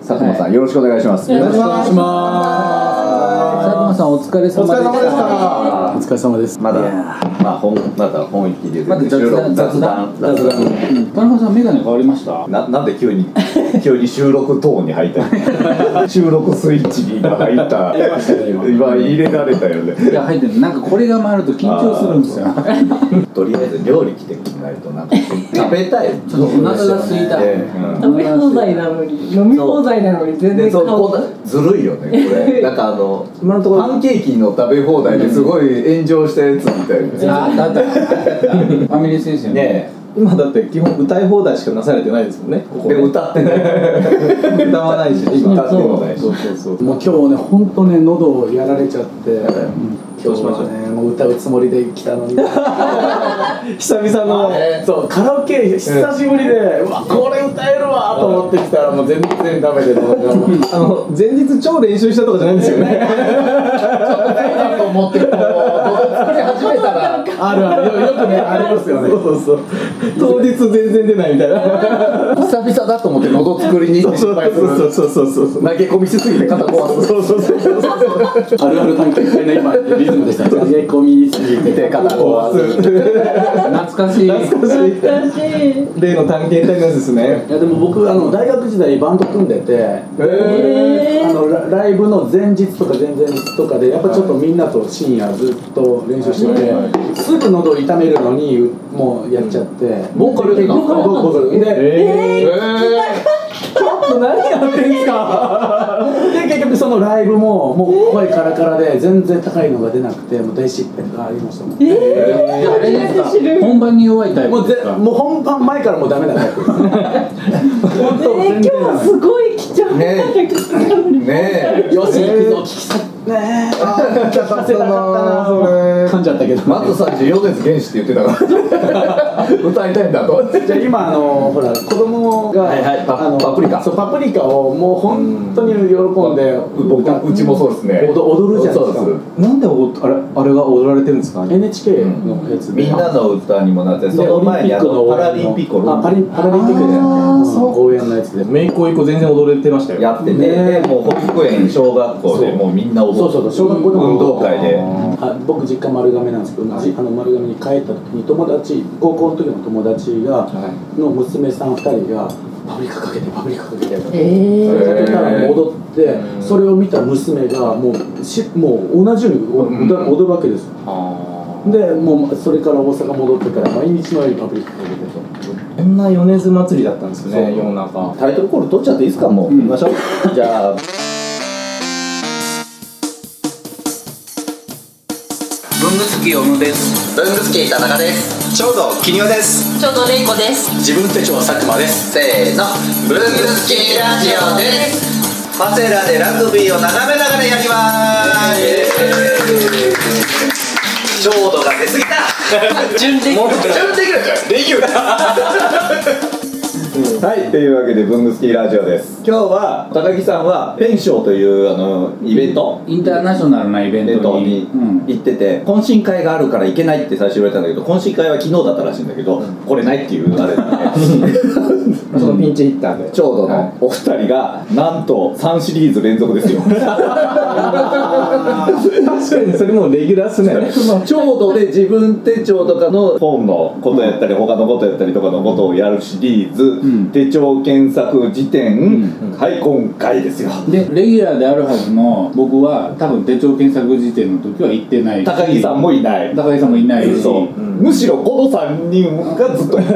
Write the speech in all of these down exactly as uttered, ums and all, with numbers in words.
佐久間さん、はい、よろしくお願いします。 よろしくお願いします。 佐久間さんお疲れ様でした。 お疲れ様でした。 お疲れ様です。 まだまあ本まだ本気でまだ雑談雑談雑談、うん、田中さんメガネ変わりました。 ななんで急に急に収録トーンに入った収録スイッチに今入った今入れられたよね。 いや入ってる。なんかこれが回ると緊張するんですよ。 とりあえず料理来てくれないとなんか食べたい。 ちょっとお腹が空いた。 食べ放題なのに飲み放題なのに全然顔がずるいよねこれ。なんかあの今のところパンケーキの食べ放題ですごい炎上したやつみたいな。 ああったあった。ファミレスですよね。 今だって基本歌い放題しかなされてないですもんね。ここで歌ってない歌わないし今歌ってもないし。 そうそうそう。 もう今日ね本当ね喉をやられちゃって、うん、 今日はねもう歌うつもりで来たのに久々のそうカラオケ久しぶりで、うわこれ歌えるわと思ってきたらもう全然ダメであの前日超練習したとかじゃないんですよね。 ちょっと大丈夫持ってこう作り始めたらあるある よ, よくねありますよね。そうそうそう当日全然出ないみたいな。 久々だと思って喉作りに行って失敗する。 そうそうそうそうそう投げ込みしすぎて肩壊す。 そうそうそうそうあるある探検隊の今リズムでした。投げ込みすぎて肩壊す。 懐かしい懐かしい懐かしい例の探検隊のやつですね。 いやでも僕あの大学時代バンド組んでて、 えー、 あの ラ, ライブの前日とか前々日とかでやっぱちょっとみんなと深夜ずっと練習してて、はい、すぐ喉を痛めるのにもうやっちゃって、 ボーカルでボーカルで、 えーえーちょっと何やってんすかで結局そのライブももう声カラカラで全然高いのが出なくてもう大失敗がありましたもん。 えー、えー、あれですか本番に弱いタイプですか。 もうぜもう本番前からもうダメだタイプです本当、 えー、今日すごい貴重なねえよし行くぞ聞きさねえあー聞かせたかったなそれ噛んじゃったけどマットさんじ米津玄師って言ってたから歌いたいんだと。 じゃあ今あのほら子供が、 はいはい、パ, あのパプリカそうパプリカをもう本当に喜んで、 うん、僕うちもそうですね。 踊るじゃないですか。 なんであれあれが踊られてるんですか。 エヌエイチケー のやつで、 みんなの歌にもなって、その前にあのパラリンピックのあパラリンピックで応援のやつでめいっ子いっ子全然踊れてましたよ。 やってて、ね、もう保育園小学校でもうみんな踊って、 そうそうそう小学校でも運動会で、 あ僕実家丸亀なんですけど、はい、あの丸亀に帰った時に友達高校の時の友達が、はい、の娘さんふたりがパプリカかけてパプリカかけてやったえー、 踊って、うん、それを見た娘がもうしもう同じように踊る、うん、踊るわけですよ。でもうそれから大阪戻ってから毎日のようにパプリカかけてそんな米津祭りだったんですね世の中。 タイトルコール取っちゃっていいですかもう、うん、行きましょうじゃあ文具好き小野です。 文具好き田中です。 ちょうどキニオです。 ちょうどレイコです。 自分手帳佐久間です。 せーの文具好きラジオです。パセラでラグビーを眺めながらやります。ちょうどが出すぎた準レギュラー準レギュラーじゃんレギュラーはい、というわけで文具好きラジオです。今日は高木さんはペンショーというあのイベントインターナショナルなイベントに行ってて、懇親会があるから行けないって最初言われたんだけど、懇親会は昨日だったらしいんだけど、来れないっていうあれだねそのピンチヒッターでちょうどのお二人がなんとさんシリーズ連続ですよ確かにそれもレギュラーっすねちょうどで自分手帳とかの本のことやったり他のことやったりとかのことをやるシリーズ、うん、手帳検索辞典、うん、はい今回ですよ。 でレギュラーであるはずの僕は多分手帳検索辞典の時は行ってないし、 高木さんもいない高木さんもいないし、 そう、うん、むしろこのさんにんがずっと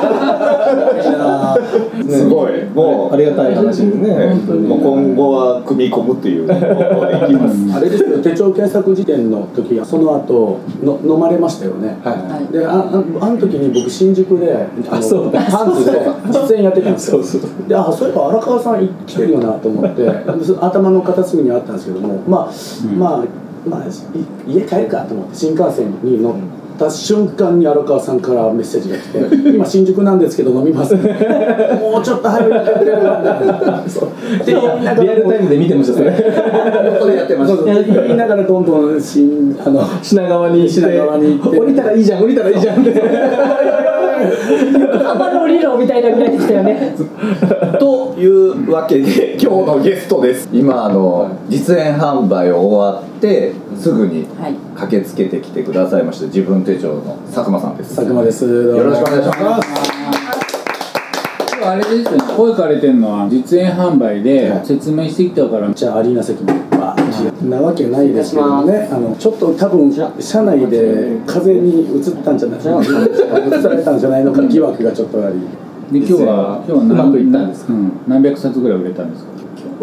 すごいもうありがたい話ですね。 もう今後は組み込むっていう方向でいきますあれですよ手帳検索辞典の時はその後の飲まれましたよね。はい、で あ, あ, あの時に僕新宿であのそうパンツで実演やってたんですよ。 そうそうであそういえば荒川さん来てるよなと思って頭の片隅にあったんですけどもまあ、うん、まあまあ家帰るかと思って新幹線に乗った瞬間に荒川さんからメッセージが来て「今新宿なんですけど飲みます」もうちょっと早くやってくれるわ」みたいなリアルタイムで見てましたそれここでやってました言いながらどんどん新あの品川に行って品川に行って降りたらいいじゃん降りたらいいじゃんってハマの理論みたいなぐらいでしたよね。 というわけで今日のゲストです。今あの実演販売を終わってすぐに駆けつけてきてくださいました自分手帳の佐久間さんです。 佐久間です。 よろしくお願いします。 あれですよね、声かれてるのは実演販売で説明してきたから、 じゃあアリーナ席にバーッなわけないですけどね。あのちょっと多分車内で風に移ったんじゃない移されたんじゃないのか疑惑がちょっとあり。 で今日は今日は何うまくいったんですか、うん、何百冊ぐらい売れたんですか。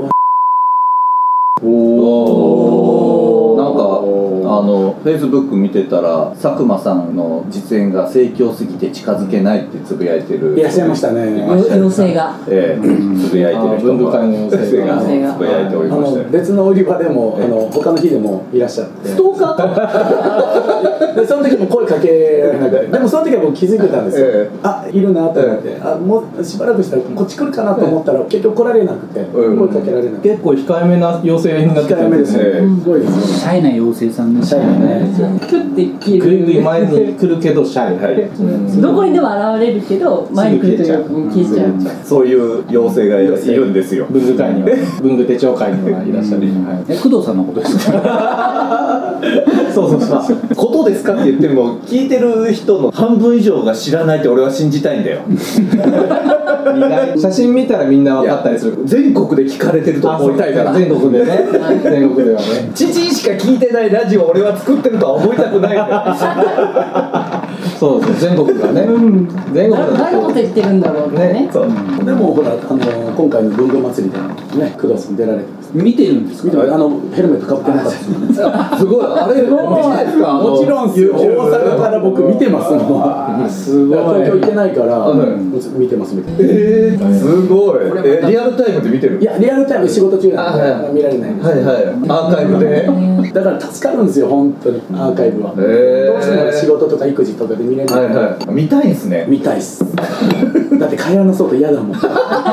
おお。なんかあのフェイスブック見てたら佐久間さんの実演が盛況すぎて近づけないってつぶやいてるいらっしゃいましたね。 妖精が、 ええ、つぶやいてる人が妖精がつぶやいておりましたよ。 別の売り場でもあの他の日でもいらっしゃって。ストーカーでその時も声かけられなくて、でもその時はもう気づいてたんですよ。あ、いるなと思って、あ、もうしばらくしたらこっち来るかなと思ったら結局来られなくて声かけられなくて。 結構控えめな妖精になってた控えめですね。すごいですね。 シャイな妖精さんですね。 キュッて消える。 ぐいぐい前に来るけどシャイ、はい、 どこにでも現れるけど前に来るというか消えちゃう。 そういう妖精がいるんですよ。 文具界には文具手帳界にはいらっしゃる、はい、 え工藤さんのことですか。 そうそうそう。 ことですかって言っても聞いてる人の半分以上が知らないって俺は信じたいんだよ。 写真見たらみんな分かったりする。 全国で聞かれてると思いたいから。 全国でね。全国ではね。 知事しか聞いてないラジオを俺は作ってるとは思いたくないんだよ。 そうそう、全国がね。全国誰のこと言ってるんだろうってね。 そう。でもほらあの今回の文具祭りでね工藤さん出られてます。 見てるんですか。 あのヘルメットかぶってなかったです。 すごい。あれ見てないですか。 もちろん大阪から僕見てますもん。すごい。東京行ってないから見てます見てます。 えー、すごい。えリアルタイムで見てる。 いやリアルタイム仕事中なんで見られないんです。 はいはい。アーカイブで。 だから助かるんですよ本当にアーカイブは。どうしても仕事とか育児とかで見れない。 はいはい。見たいんすね。 見たいっす。だって会話の外嫌だもん。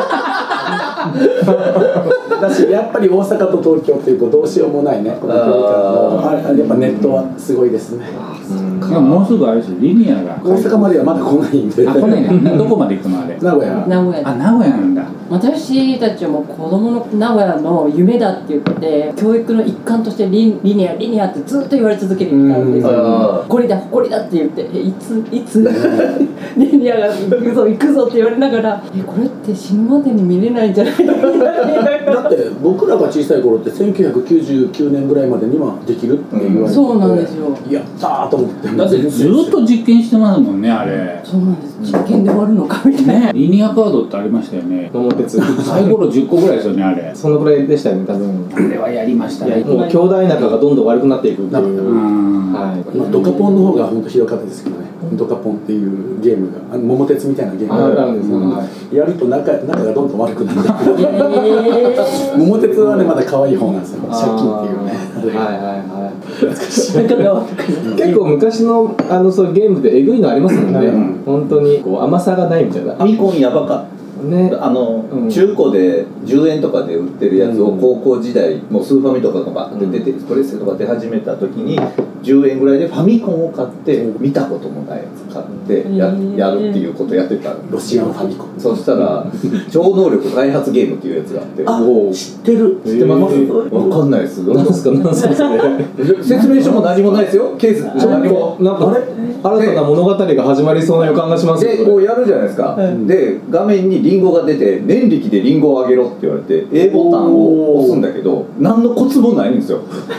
だしやっぱり大阪と東京っていうこうどうしようもないねこの距離感のあれやっぱネットはすごいですね。 でももうすぐあれですよリニアが大阪まではまだ来ないんで。 あ来ないね。どこまで行くのあれ。 名古屋。 名古屋。 あ名古屋なんだ。 私たちはもう子供の名古屋の夢だって言って教育の一環としてリリニアリニアってずっと言われ続けてきたんですよ。誇りだ誇りだって言ってえいついつリニアが行くぞ行くぞって言われながらえこれって死ぬまでに見れないんじゃないかだって僕らが小さい頃ってせんきゅうひゃくきゅうじゅうきゅうねんぐらいまでにはできるって言われてて、 そうなんですよ。 やったーと思って。 だってずっと実験してますもんねあれ。 そうなんです。実験で終わるのかみたいな、 ね、リニアカードってありましたよね。 桃鉄サイコロじゅっこぐらいですよねあれ。 そのぐらいでしたよね多分。 あれはやりましたね。 もう兄弟仲がどんどん悪くなっていくっていう、 はい、まあ、ドカポンの方が本当ひどかったですけどね。ドカポンっていうゲームがあの桃鉄みたいなゲームがあるんですよ、はい、やると仲仲がどんどん悪くなる。桃鉄はねまだ可愛い方なんですよ。借金っていうね。 はいはいはい。結構昔のあのそうゲームでえぐいのありますもんね、うん、本当にこう甘さがないみたいな。 ファミコンやばかったね、あの、うん、中古でじゅうえんとかで売ってるやつを高校時代もうスーファミとかがバッて出て、うん、ストレッセとか出始めた時にじゅうえんぐらいでファミコンを買って見たこともないやつ買ってや、やるっていうことやってた。 ロシアンファミコン。 そしたら超能力開発ゲームっていうやつがあって。 あ、知ってる。 知ってます？わかんないです。 何ですか何ですかそれ。 説明書も何もないですよ。ケース何も。 なんかあれ新たな物語が始まりそうな予感がします。 でこうやるじゃないですか。で画面にリンゴが出て念力でリンゴをあげろって言われて A ボタンを押すんだけど何のコツもないんですよ。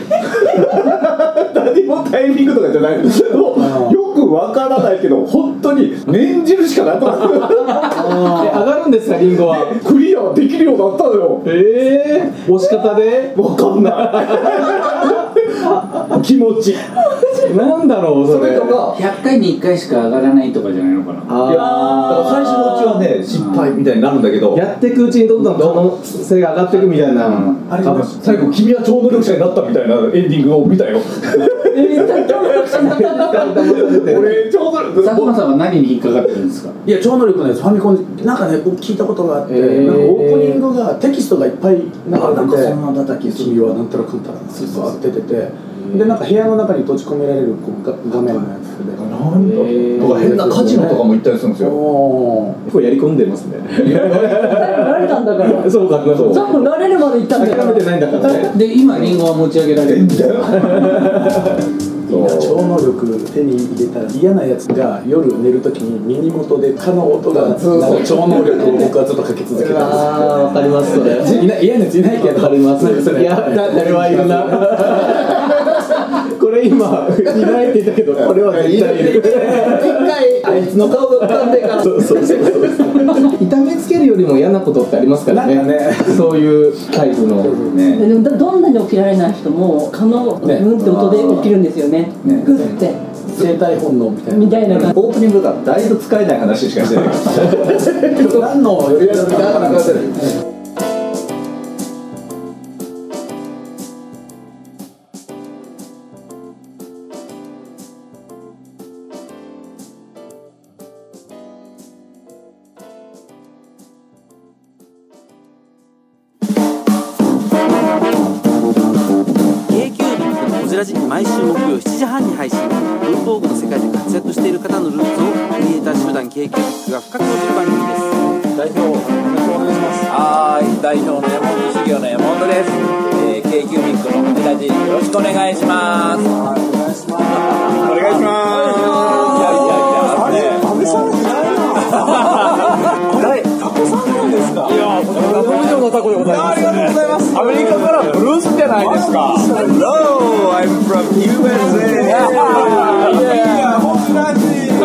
何もタイミングとかじゃないんですけどよくわからないけど本当に念じるしかなかった。 上がるんですかリンゴは。 クリアできるようになったのよ。 ええー、押し方でわかんない気持ちなんだろうそれ。 それとかひゃっかいにいっかいしか上がらないとかじゃないのかな。 あいやだから最初のうちはね失敗みたいになるんだけどやっていくうちにどんどん可能性が上がっていくみたいな、うん、 あれ最後君は超能力者になったみたいなエンディングを見たよ。俺超能力佐久間さんは何に引っかかってるんですか。 いや超能力のやつファミコンなんかね聞いたことがあって、えー、なんかオープニングがテキストがいっぱいなんかなんかそんな叩き君はなんたらかんたらずっと出ててでなんか部屋の中に閉じ込められるこう画面のやつで、 なんだとか変なカジノとかも行ったりするんですよ。 結構やり込んでますね。 慣れたんだから。 そうか、そう多分慣れるまで行ったんだから。 諦めてないんだからね。 で今リンゴは持ち上げられるんだよ。 いや超能力手に入れたら嫌なやつが夜寝るときに耳元で蚊の音が鳴る超能力を僕はずっとかけ続けたんですよ。 あー、わかりますそれ。 いな嫌なやついないけど。 わかります。いや、誰はいるな。これ今いないって言ったけど、これは絶対いる。 一回あいつの顔が浮かんでから。 そうそうそうそう。痛めつけるよりも嫌なことってありますからね。 なんかね、 そういうタイプのね。 でもどんなに起きられない人も蚊のうんって音で起きるんですよね。グッて生体本能みたいなみたいな感じ。 オープニングがだいぶ使えない話しかしてない。 何のよりやるのか分からない。 毎週木曜しちじはんに配信。文房具の世界で活躍している方のルーツをクリエイター集団 ケーキュービックが深く落ちる番組です。 代表よろしくお願いします。 はい、代表の山本修行の山本です。えー、ケーキュービックのホジラジよろしくお願いします。 はい、お願いします。 お願いします。いやいやいや、あれ、安倍さんいないな。誰？タコさんなんですか？いや、これは以上のタコでございます。ありがとうございます。アメリカからブルースじゃないですか。Hello, I'm from ユーエスエー。いやいや、ホジラジ。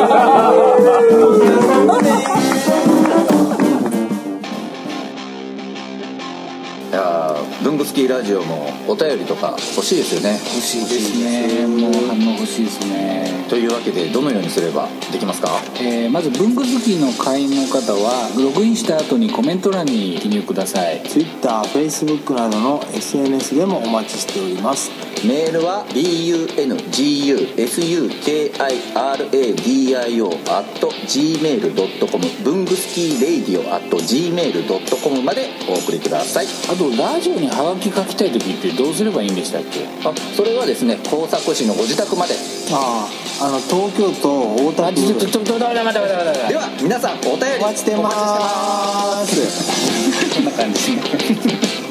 いや文具スキーラジオもお便りとか欲しいですよね。 欲しいですね。もう反応欲しいですね。 というわけでどのようにすればできますか？ えー、まず文具好きの会員の方はログインした後にコメント欄に記入ください。 Twitter、Facebook などの エスエヌエス でもお待ちしております。 メールは ブングスキーラジオ アット ジーメール ドットコム 文具スキーレイディオ アット ジーメール ドットコム までお送りください。 あとラジオにハガキ書きたい時ってどうすればいいんでしたっけ？ あ、それはですね、工作士のご自宅まで。 ああ、あの東京都大田区。 ちょっとちょっと待って待って待って待って。 では皆さんお便りお待ちしてます。 こんな感じですね。